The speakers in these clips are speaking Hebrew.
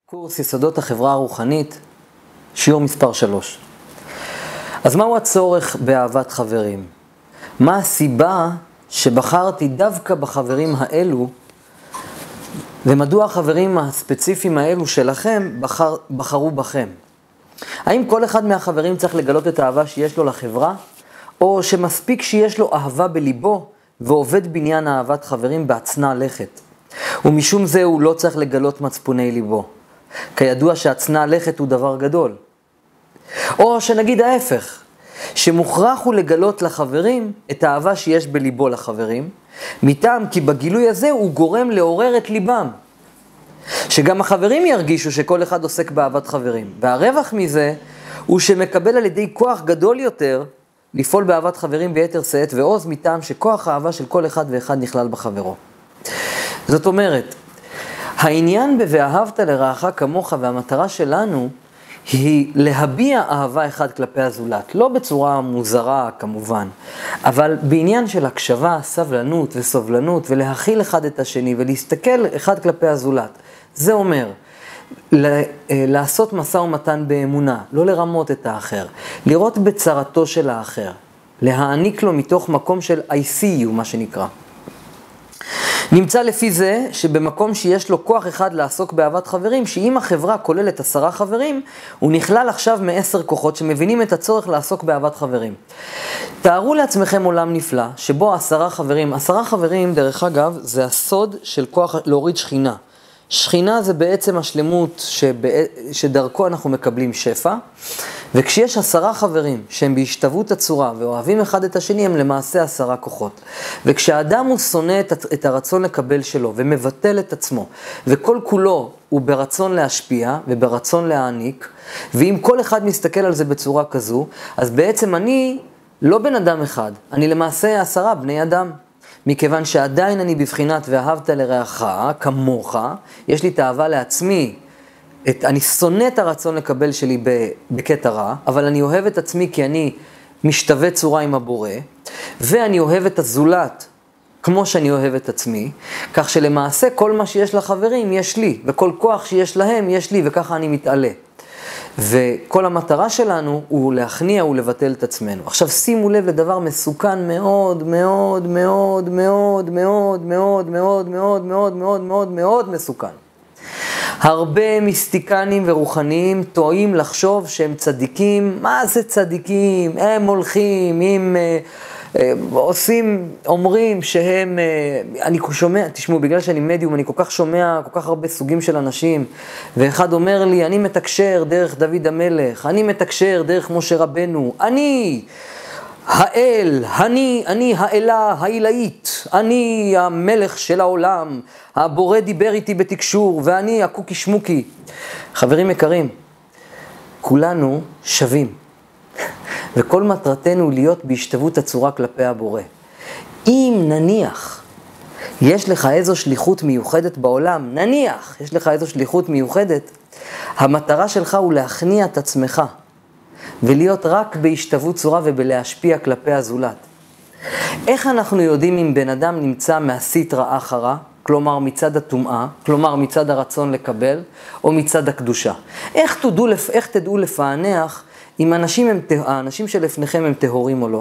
קורס יסודות החברה הרוחנית, שיעור מספר 3. אז מהו הצורך באהבת חברים? מה הסיבה שבחרתי דווקא בחברים האלו, ומדוע החברים הספציפיים האלו שלכם בחרו בכם? האם כל אחד מהחברים צריך לגלות את האהבה שיש לו לחברה, או שמספיק שיש לו אהבה בליבו ועובד בניין אהבת חברים בהצנע לכת? ומשום זה הוא לא צריך לגלות מצפוני ליבו. כידוע שהצנע לכת הוא דבר גדול. או שנגיד ההפך, שמוכרח הוא לגלות לחברים את האהבה שיש בליבו לחברים, מטעם כי בגילוי הזה הוא גורם לעורר את ליבם. שגם החברים ירגישו שכל אחד עוסק באהבת חברים. והרווח מזה הוא שמקבל על ידי כוח גדול יותר לפעול באהבת חברים ביתר שאת ועוז, מטעם שכוח האהבה של כל אחד ואחד נכלל בחברו. זאת אומרת, העניין ב"ואהבת לרעך כמוך", והמטרה שלנו היא להביע אהבה אחד כלפי הזולת, לא בצורה מוזרה כמובן, אבל בעניין של הקשבה, סבלנות וסובלנות, ולהכיל אחד את השני ולהסתכל אחד כלפי הזולת. זה אומר לעשות משא ומתן באמונה, לא לרמות את האחר, לראות בצרתו של האחר, להעניק לו מתוך מקום של I see you, מה שנקרא. נמצא לפי זה שבמקום שיש לו כוח אחד לעסוק באהבת חברים, שאם החברה כוללת 10 חברים, הוא נכלל עכשיו מ10 כוחות שמבינים את הצורך לעסוק באהבת חברים. תארו לעצמכם עולם נפלא, שבו 10 חברים, 10 חברים דרך אגב, זה הסוד של כוח להוריד שכינה. שכינה זה בעצם השלמות שדרכו אנחנו מקבלים שפע, וכשיש 10 חברים שהם בהשתוות הצורה ואוהבים אחד את השני, הם למעשה 10 כוחות. וכשהאדם הוא שונא את הרצון לקבל שלו ומבטל את עצמו, וכל כולו הוא ברצון להשפיע וברצון להעניק, ואם כל אחד מסתכל על זה בצורה כזו, אז בעצם אני לא בן אדם אחד, אני למעשה 10 בני אדם. מכיוון שעדיין אני בבחינת ואהבת לרעך כמוך, יש לי תאווה לעצמי, אני שונא את הרצון לקבל שלי בקטע רע, אבל אני אוהב את עצמי כי אני משתווה צורה עם הבורא, ואני אוהב את הזולת כמו שאני אוהב את עצמי, כך שלמעשה כל מה שיש לחברים יש לי, וכל כוח שיש להם יש לי, וככה אני מתעלה. וכל המטרה שלנו הוא להכניע ולבטל את עצמנו. עכשיו שימו לב לדבר מסוכן מאוד מאוד מאוד מאוד מאוד מאוד מאוד מאוד מאוד מאוד מאוד מאוד מסוכן. הרבה מיסטיקנים ורוחניים טועים לחשוב שהם צדיקים. מה זה צדיקים? הם הולכים עם אומרים שהם, אני שומע, תשמעו, בגלל שאני מדיום, אני כל כך שומע, כל כך הרבה סוגים של אנשים, ואחד אומר לי, אני מתקשר דרך דוד המלך, אני מתקשר דרך משה רבנו, אני האל, אני האלה העילאית, אני המלך של העולם, הבורא דיבר איתי בתקשור, ואני הקוקי שמוקי. חברים יקרים, כולנו שווים. וכל מטרתנו להיות בהשתוות הצורה כלפי הבורא. אם נניח, יש לך איזו שליחות מיוחדת בעולם, נניח, יש לך איזו שליחות מיוחדת, המטרה שלך הוא להכניע את עצמך, ולהיות רק בהשתוות צורה ובלהשפיע כלפי הזולת. איך אנחנו יודעים אם בן אדם נמצא מהסיטרא אחרא, כלומר מצד הטומאה, כלומר מצד הרצון לקבל, או מצד הקדושה? איך תדעו לפענח אם האנשים שלפניכם הם טהורים או לא?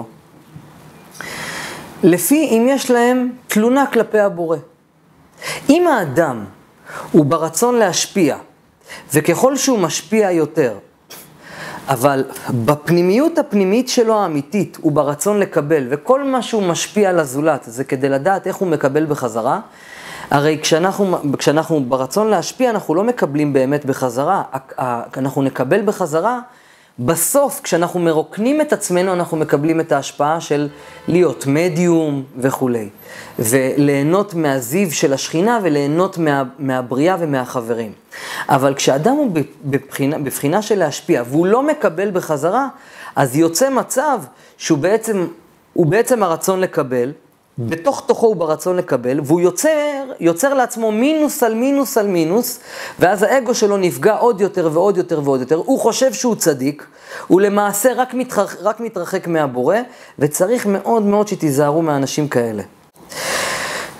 לפי אם יש להם תלונה כלפי הבורא. אם האדם הוא ברצון להשפיע, וככל שהוא משפיע יותר, אבל בפנימיות הפנימית שלו האמיתית הוא ברצון לקבל, וכל מה שהוא משפיע על הזולת זה כדי לדעת איך הוא מקבל בחזרה, הרי כשאנחנו ברצון להשפיע אנחנו לא מקבלים באמת בחזרה, אנחנו נקבל בחזרה, בסוף כשאנחנו מרוקנים את עצמנו אנחנו מקבלים את ההשפעה של להיות מדיום וכו'. וליהנות מהזיו של השכינה וליהנות מהבריאה ומהחברים. אבל כשאדם הוא בבחינה של להשפיע והוא לא מקבל בחזרה, אז יוצא מצב שהוא בעצם הרצון לקבל, בתוך תוכו הוא ברצון לקבל, והוא יוצר לעצמו מינוס על מינוס על מינוס, ואז האגו שלו נפגע עוד יותר ועוד יותר ועוד יותר. הוא חושב שהוא צדיק, הוא למעשה רק מתרחק מהבורא, וצריך מאוד מאוד שתיזהרו מהאנשים כאלה.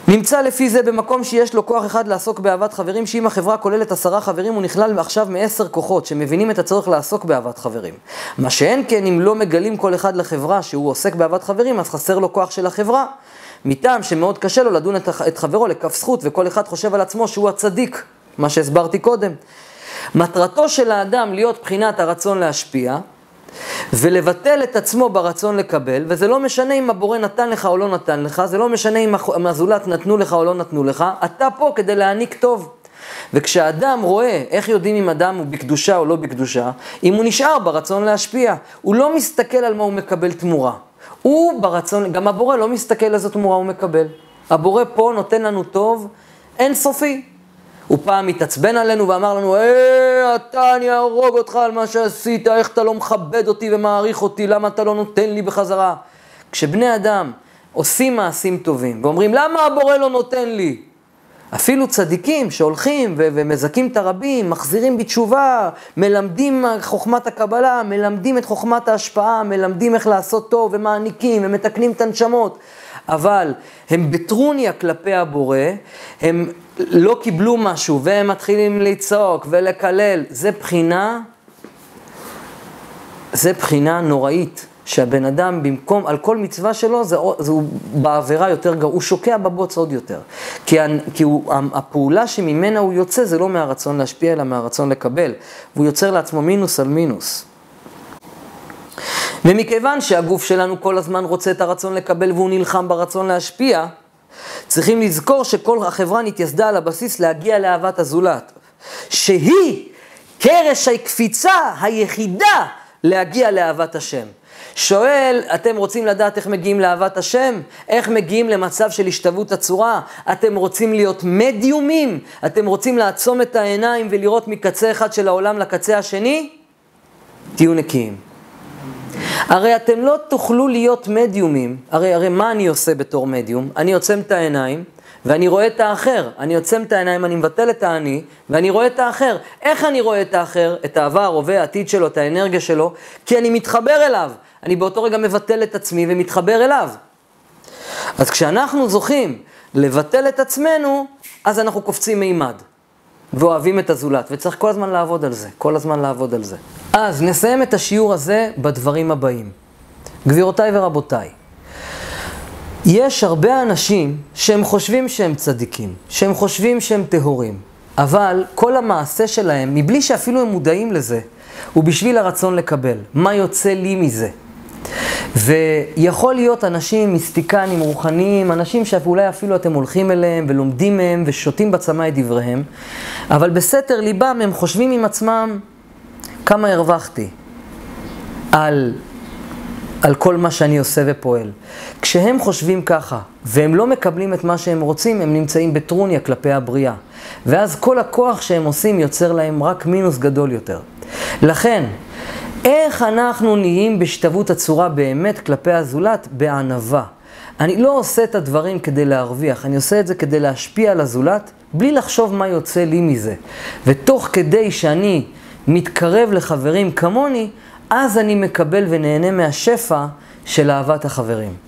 נמצא לפי זה במקום שיש לו כוח אחד לעסוק באהבת חברים, שאם החברה כוללת 10 חברים, הוא נכלל עכשיו מ10 כוחות שמבינים את הצורך לעסוק באהבת חברים. מה שאין כן, אם לא מגלים כל אחד לחברה שהוא עוסק באהבת חברים, אז חסר לו כוח של החברה. מטעם שמאוד קשה לו לדון את חברו לכף זכות, וכל אחד חושב על עצמו שהוא הצדיק, מה שהסברתי קודם. מטרתו של האדם להיות בחינת הרצון להשפיע, ולבטל את עצמו ברצון לקבל, וזה לא משנה אם הבורא נתן לך או לא נתן לך, זה לא משנה אם הזולת נתנו לך או לא נתנו לך, אתה פה כדי להעניק טוב. וכשאדם רואה, איך יודעים אם אדם הוא בקדושה או לא בקדושה, אם הוא נשאר ברצון להשפיע, הוא לא מסתכל על מה הוא מקבל תמורה. הוא ברצון, גם הבורא לא מסתכל איזו תמורה הוא מקבל. הבורא פה נותן לנו טוב אין סופי. הוא פעם מתעצבן עלינו ואמר לנו, אתה אני ארוג אותך על מה שעשית, איך אתה לא מכבד אותי ומעריך אותי, למה אתה לא נותן לי בחזרה? כשבני אדם עושים מעשים טובים ואומרים, למה הבורא לא נותן לי? אפילו צדיקים שהולכים ומזכים את הרבים, מחזירים בתשובה, מלמדים חוכמת הקבלה, מלמדים את חוכמת ההשפעה, מלמדים איך לעשות טוב ומעניקים ומתקנים את הנשמות. אבל הם בטרוניה כלפי הבורא, הם לא קיבלו משהו והם מתחילים לצעוק ולקלל. זה בחינה נוראית, שהבן אדם במקום, על כל מצווה שלו, זה בעבירה יותר גרוע, הוא שוקע בבוץ עוד יותר. כי הפעולה שממנה הוא יוצא, זה לא מהרצון להשפיע, אלא מהרצון לקבל. והוא יוצר לעצמו מינוס על מינוס. ומכיוון שהגוף שלנו כל הזמן רוצה את הרצון לקבל, והוא נלחם ברצון להשפיע, צריכים לזכור שכל החברה נתייסדה על הבסיס להגיע לאהבת הזולת, שהיא קרש הקפיצה היחידה להגיע לאהבת השם. שואל, אתם רוצים לדעת איך מגיעים לאהבת השם? איך מגיעים למצב של השתוות הצורה? אתם רוצים להיות מדיומים? אתם רוצים לעצום את העיניים ולראות מקצה אחד של העולם לקצה השני? תהיו נקיים. הרי אתם לא תוכלו להיות מדיומים. הרי מה אני עושה בתור מדיום? אני עוצם את העיניים ואני רואה את האחר. אני עוצם את העיניים, אני מבטל את האני ואני רואה את האחר. איך אני רואה את האחר? את העבר, ההווה, העתיד שלו, את האנרגיה שלו? כי אני מתחבר אליו. אני באותו רגע מבטל את עצמי ומתחבר אליו. אז כשאנחנו זוכים לבטל את עצמנו, אז אנחנו קופצים מימד ואוהבים את הזולת, וצריך כל הזמן לעבוד על זה, כל הזמן לעבוד על זה. אז נסיים את השיעור הזה בדברים הבאים. גבירותיי ורבותיי, יש הרבה אנשים שהם חושבים שהם צדיקים, שהם חושבים שהם טהורים, אבל כל המעשה שלהם, מבלי שאפילו הם מודעים לזה, הוא בשביל הרצון לקבל. מה יוצא לי מזה? ויכול להיות אנשים מיסטיקנים, רוחניים, אנשים שאולי אפילו אתם הולכים אליהם ולומדים מהם ושותים בצמא את דבריהם, אבל בסתר ליבם הם חושבים עם עצמם כמה הרווחתי על כל מה שאני עושה ופועל. כשהם חושבים ככה והם לא מקבלים את מה שהם רוצים, הם נמצאים בטרוניה כלפי הבריאה. ואז כל הכוח שהם עושים יוצר להם רק מינוס גדול יותר. לכן, איך אנחנו נהיים בשתוות הצורה באמת כלפי הזולת? בענווה. אני לא עושה את הדברים כדי להרוויח, אני עושה את זה כדי להשפיע על הזולת, בלי לחשוב מה יוצא לי מזה. ותוך כדי שאני מתקרב לחברים כמוני, אז אני מקבל ונהנה מהשפע של אהבת החברים.